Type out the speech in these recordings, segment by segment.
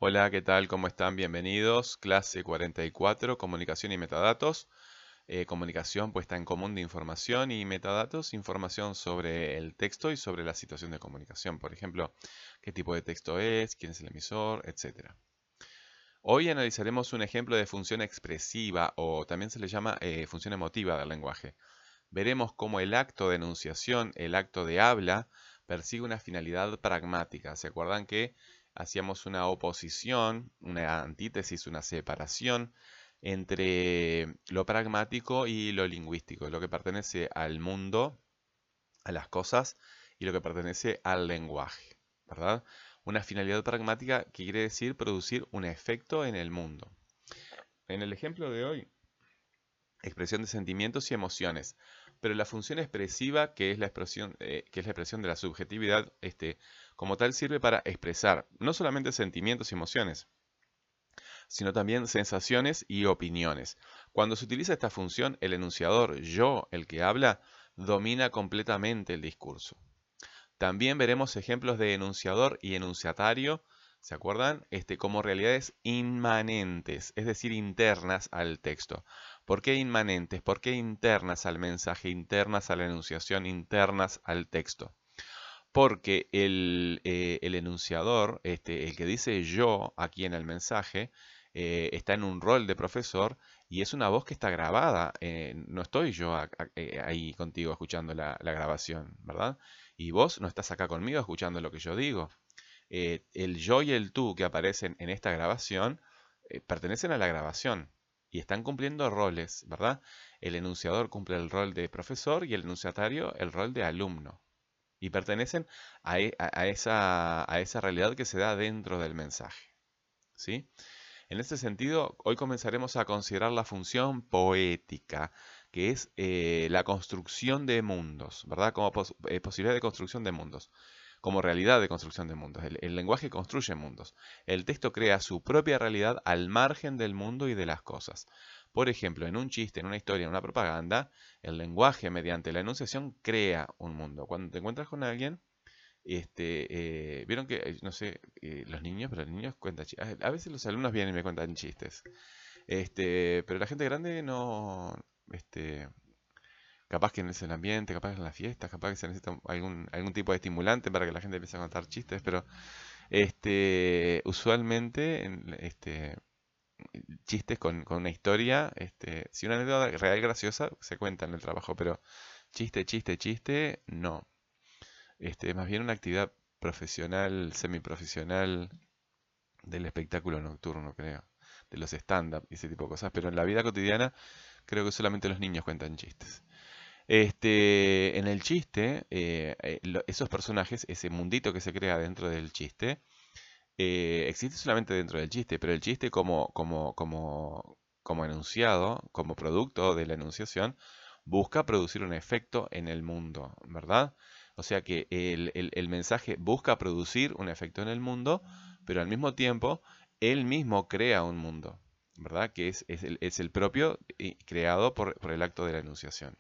Hola, ¿qué tal? ¿Cómo están? Bienvenidos. Clase 44, comunicación y metadatos. Comunicación, puesta en común de información y metadatos, información sobre el texto y sobre la situación de comunicación. Por ejemplo, qué tipo de texto es, quién es el emisor, etcétera. Hoy analizaremos un ejemplo de función expresiva o también se le llama función emotiva del lenguaje. Veremos cómo el acto de enunciación, el acto de habla, persigue una finalidad pragmática. ¿Se acuerdan que hacíamos una oposición, una antítesis, una separación entre lo pragmático y lo lingüístico, lo que pertenece al mundo, a las cosas, y lo que pertenece al lenguaje, ¿verdad? Una finalidad pragmática que quiere decir producir un efecto en el mundo. En el ejemplo de hoy, expresión de sentimientos y emociones. Pero la función expresiva, que es la expresión de la subjetividad, como tal sirve para expresar no solamente sentimientos y emociones, sino también sensaciones y opiniones. Cuando se utiliza esta función, el enunciador, yo, el que habla, domina completamente el discurso. También veremos ejemplos de enunciador y enunciatario, ¿se acuerdan? Como realidades inmanentes, es decir, internas al texto. ¿Por qué inmanentes? ¿Por qué internas al mensaje, internas a la enunciación, internas al texto? Porque el enunciador, el que dice yo aquí en el mensaje, está en un rol de profesor y es una voz que está grabada. No estoy yo ahí contigo escuchando la grabación, ¿verdad? Y vos no estás acá conmigo escuchando lo que yo digo. El yo y el tú que aparecen en esta grabación pertenecen a la grabación y están cumpliendo roles, ¿verdad? El enunciador cumple el rol de profesor y el enunciatario el rol de alumno y pertenecen a esa realidad que se da dentro del mensaje. ¿Sí? En este sentido, hoy comenzaremos a considerar la función poética, que es la construcción de mundos, ¿verdad? Como posibilidad de construcción de mundos, como realidad de construcción de mundos. El lenguaje construye mundos. El texto crea su propia realidad al margen del mundo y de las cosas. Por ejemplo, en un chiste, en una historia, en una propaganda, el lenguaje mediante la enunciación crea un mundo. Cuando te encuentras con alguien, vieron que, no sé, los niños, pero los niños cuentan chistes. A veces los alumnos vienen y me cuentan chistes. Pero la gente grande no, capaz que en ese ambiente, capaz que en las fiestas, capaz que se necesita algún tipo de estimulante para que la gente empiece a contar chistes, pero usualmente chistes con una historia, si una anécdota real graciosa se cuenta en el trabajo, pero chiste, chiste, chiste, no. Más bien una actividad profesional, semiprofesional del espectáculo nocturno, creo, de los stand-up y ese tipo de cosas, pero en la vida cotidiana creo que solamente los niños cuentan chistes. En el chiste, esos personajes, ese mundito que se crea dentro del chiste, existe solamente dentro del chiste, pero el chiste como enunciado, como producto de la enunciación, busca producir un efecto en el mundo, ¿verdad? O sea que el mensaje busca producir un efecto en el mundo, pero al mismo tiempo, él mismo crea un mundo, ¿verdad? Que es el propio creado por el acto de la enunciación,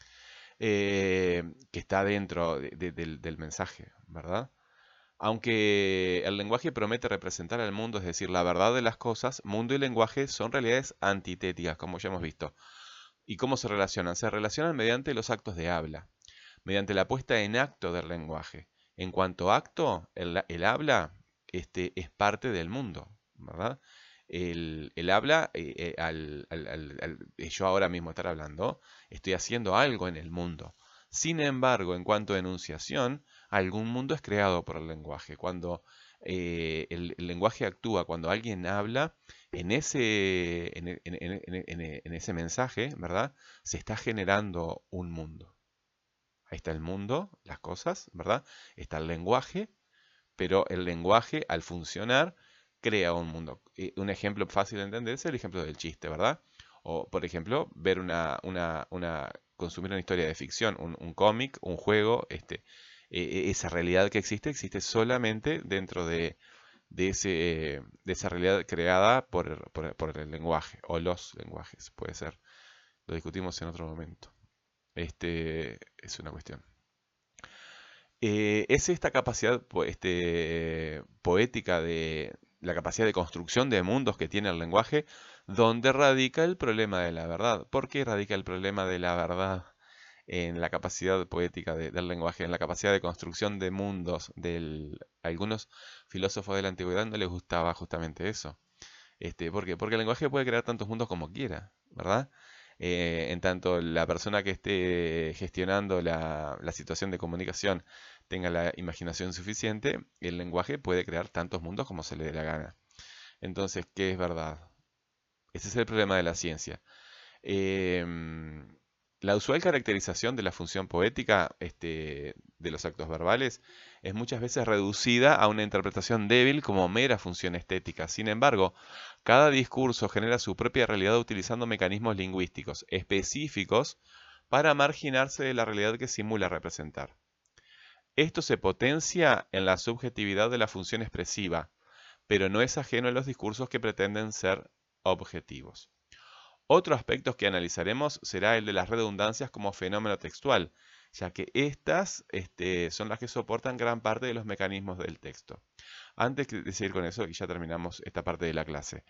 que está dentro del mensaje, ¿verdad? Aunque el lenguaje promete representar al mundo, es decir, la verdad de las cosas, mundo y lenguaje son realidades antitéticas, como ya hemos visto. ¿Y cómo se relacionan? Se relacionan mediante los actos de habla, mediante la puesta en acto del lenguaje. En cuanto a acto, el habla es parte del mundo, ¿verdad? El habla, yo ahora mismo estar hablando, estoy haciendo algo en el mundo. Sin embargo, en cuanto a enunciación, algún mundo es creado por el lenguaje. Cuando el lenguaje actúa, cuando alguien habla, en ese mensaje, ¿verdad? Se está generando un mundo. Ahí está el mundo, las cosas, ¿verdad? Está el lenguaje, pero el lenguaje, al funcionar, crea un mundo. Un ejemplo fácil de entender es el ejemplo del chiste, ¿verdad? O, por ejemplo, ver consumir una historia de ficción, un cómic, un juego, esa realidad que existe solamente dentro de esa realidad creada por el lenguaje, o los lenguajes, puede ser. Lo discutimos en otro momento. Es una cuestión. Es esta capacidad poética la capacidad de construcción de mundos que tiene el lenguaje, donde radica el problema de la verdad. ¿Por qué radica el problema de la verdad en la capacidad poética del lenguaje, en la capacidad de construcción de mundos? Algunos filósofos de la antigüedad no les gustaba justamente eso. ¿Por qué? Porque el lenguaje puede crear tantos mundos como quiera, ¿verdad? En tanto la persona que esté gestionando la situación de comunicación tenga la imaginación suficiente, el lenguaje puede crear tantos mundos como se le dé la gana. Entonces, ¿qué es verdad? Ese es el problema de la ciencia. Em, la usual caracterización de la función poética de los actos verbales es muchas veces reducida a una interpretación débil como mera función estética. Sin embargo, cada discurso genera su propia realidad utilizando mecanismos lingüísticos específicos para marginarse de la realidad que simula representar. Esto se potencia en la subjetividad de la función expresiva, pero no es ajeno a los discursos que pretenden ser objetivos. Otro aspecto que analizaremos será el de las redundancias como fenómeno textual, ya que estas son las que soportan gran parte de los mecanismos del texto. Antes de seguir con eso, y ya terminamos esta parte de la clase,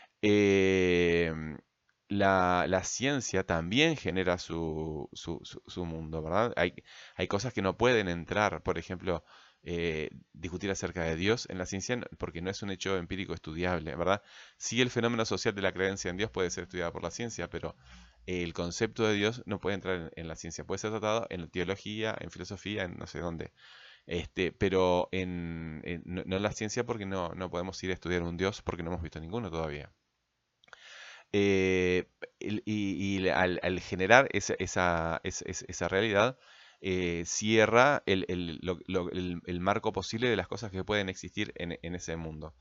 la ciencia también genera su mundo, ¿verdad? Hay cosas que no pueden entrar, por ejemplo, discutir acerca de Dios en la ciencia porque no es un hecho empírico estudiable, ¿verdad? Sí, el fenómeno social de la creencia en Dios puede ser estudiado por la ciencia, pero el concepto de Dios no puede entrar en la ciencia. Puede ser tratado en teología, en filosofía, en no sé dónde. Pero no en la ciencia porque no podemos ir a estudiar un Dios porque no hemos visto ninguno todavía. Eh, al generar esa realidad, cierra el marco posible de las cosas que pueden existir en ese mundo.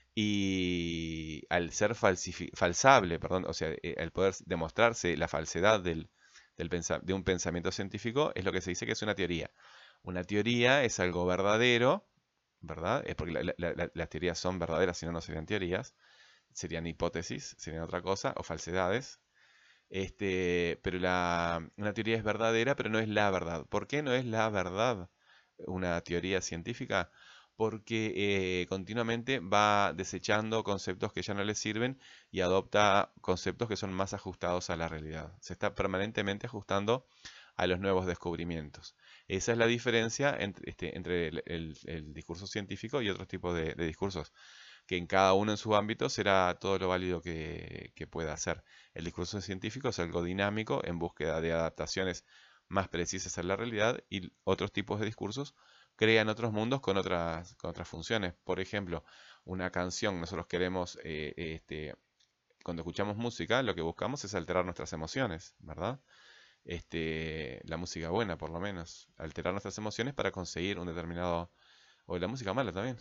Y al ser falsable, perdón, o sea, al poder demostrarse la falsedad de un pensamiento científico, es lo que se dice que es una teoría. Una teoría es algo verdadero, ¿verdad? Es porque las teorías son verdaderas, si no, no serían teorías, serían hipótesis, serían otra cosa, o falsedades. Pero una teoría es verdadera, pero no es la verdad. ¿Por qué no es la verdad una teoría científica? Porque continuamente va desechando conceptos que ya no le sirven y adopta conceptos que son más ajustados a la realidad. Se está permanentemente ajustando a los nuevos descubrimientos. Esa es la diferencia entre el discurso científico y otros tipos de discursos, que en cada uno en su ámbito será todo lo válido que pueda hacer. El discurso científico es algo dinámico en búsqueda de adaptaciones más precisas a la realidad, y otros tipos de discursos crean otros mundos con otras funciones. Por ejemplo, una canción, nosotros queremos, cuando escuchamos música, lo que buscamos es alterar nuestras emociones, ¿verdad? La música buena, por lo menos, alterar nuestras emociones para conseguir un determinado, o la música mala también,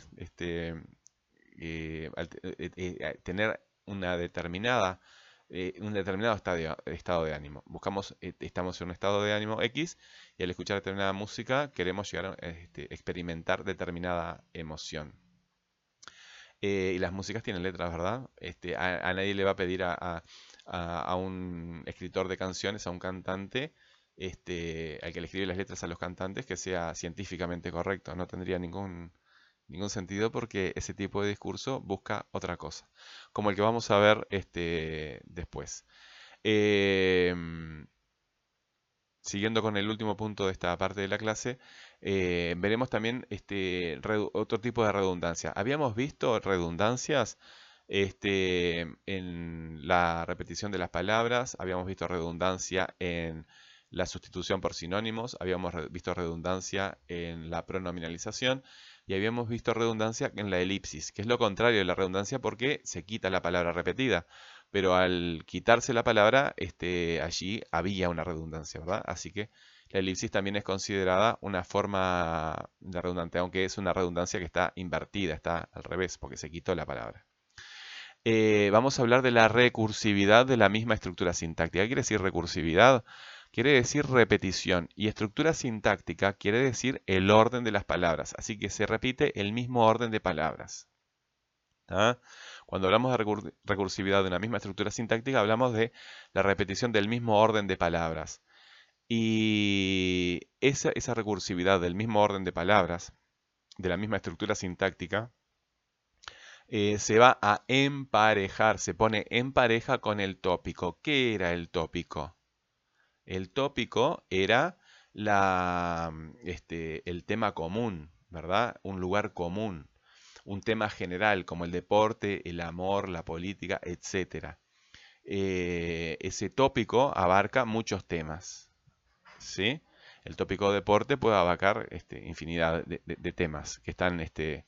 tener un determinado estado de ánimo. Estamos en un estado de ánimo X y al escuchar determinada música queremos llegar a experimentar determinada emoción. Y las músicas tienen letras, ¿verdad? A nadie le va a pedir a un escritor de canciones, a un cantante, al que le escribe las letras a los cantantes, que sea científicamente correcto. No tendría ningún sentido porque ese tipo de discurso busca otra cosa, como el que vamos a ver después. Em, Siguiendo con el último punto de esta parte de la clase, veremos también otro tipo de redundancia. Habíamos visto redundancias en la repetición de las palabras, habíamos visto redundancia en la sustitución por sinónimos, habíamos visto redundancia en la pronominalización y habíamos visto redundancia en la elipsis, que es lo contrario de la redundancia porque se quita la palabra repetida, pero al quitarse la palabra, allí había una redundancia, ¿verdad? Así que la elipsis también es considerada una forma de redundante, aunque es una redundancia que está invertida, está al revés, porque se quitó la palabra. Vamos a hablar de la recursividad de la misma estructura sintáctica. ¿Qué quiere decir recursividad? Quiere decir repetición, y estructura sintáctica quiere decir el orden de las palabras, así que se repite el mismo orden de palabras. ¿Ah? Cuando hablamos de recursividad de una misma estructura sintáctica, hablamos de la repetición del mismo orden de palabras. Y esa recursividad del mismo orden de palabras, de la misma estructura sintáctica, se va a emparejar, se pone en pareja con el tópico. ¿Qué era el tópico? El tópico era el tema común, ¿verdad? Un lugar común, un tema general como el deporte, el amor, la política, etcétera. Ese tópico abarca muchos temas, ¿sí? El tópico deporte puede abarcar infinidad de temas que están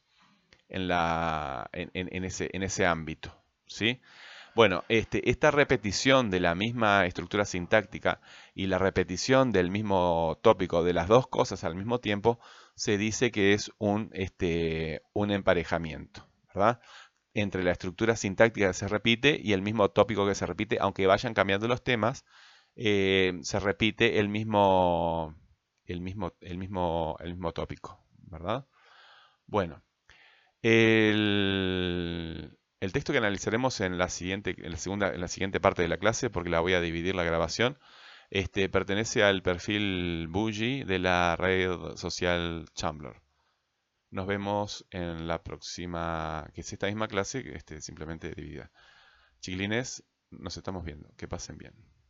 en ese ámbito, ¿sí? Bueno, esta repetición de la misma estructura sintáctica y la repetición del mismo tópico de las dos cosas al mismo tiempo se dice que es un emparejamiento, ¿verdad? Entre la estructura sintáctica que se repite y el mismo tópico que se repite, aunque vayan cambiando los temas, se repite el mismo tópico, ¿verdad? Bueno, el texto que analizaremos en la siguiente parte de la clase, porque la voy a dividir la grabación, pertenece al perfil Bougie de la red social Tumblr. Nos vemos en la próxima, que es esta misma clase, simplemente dividida. Chiquilines, nos estamos viendo. Que pasen bien.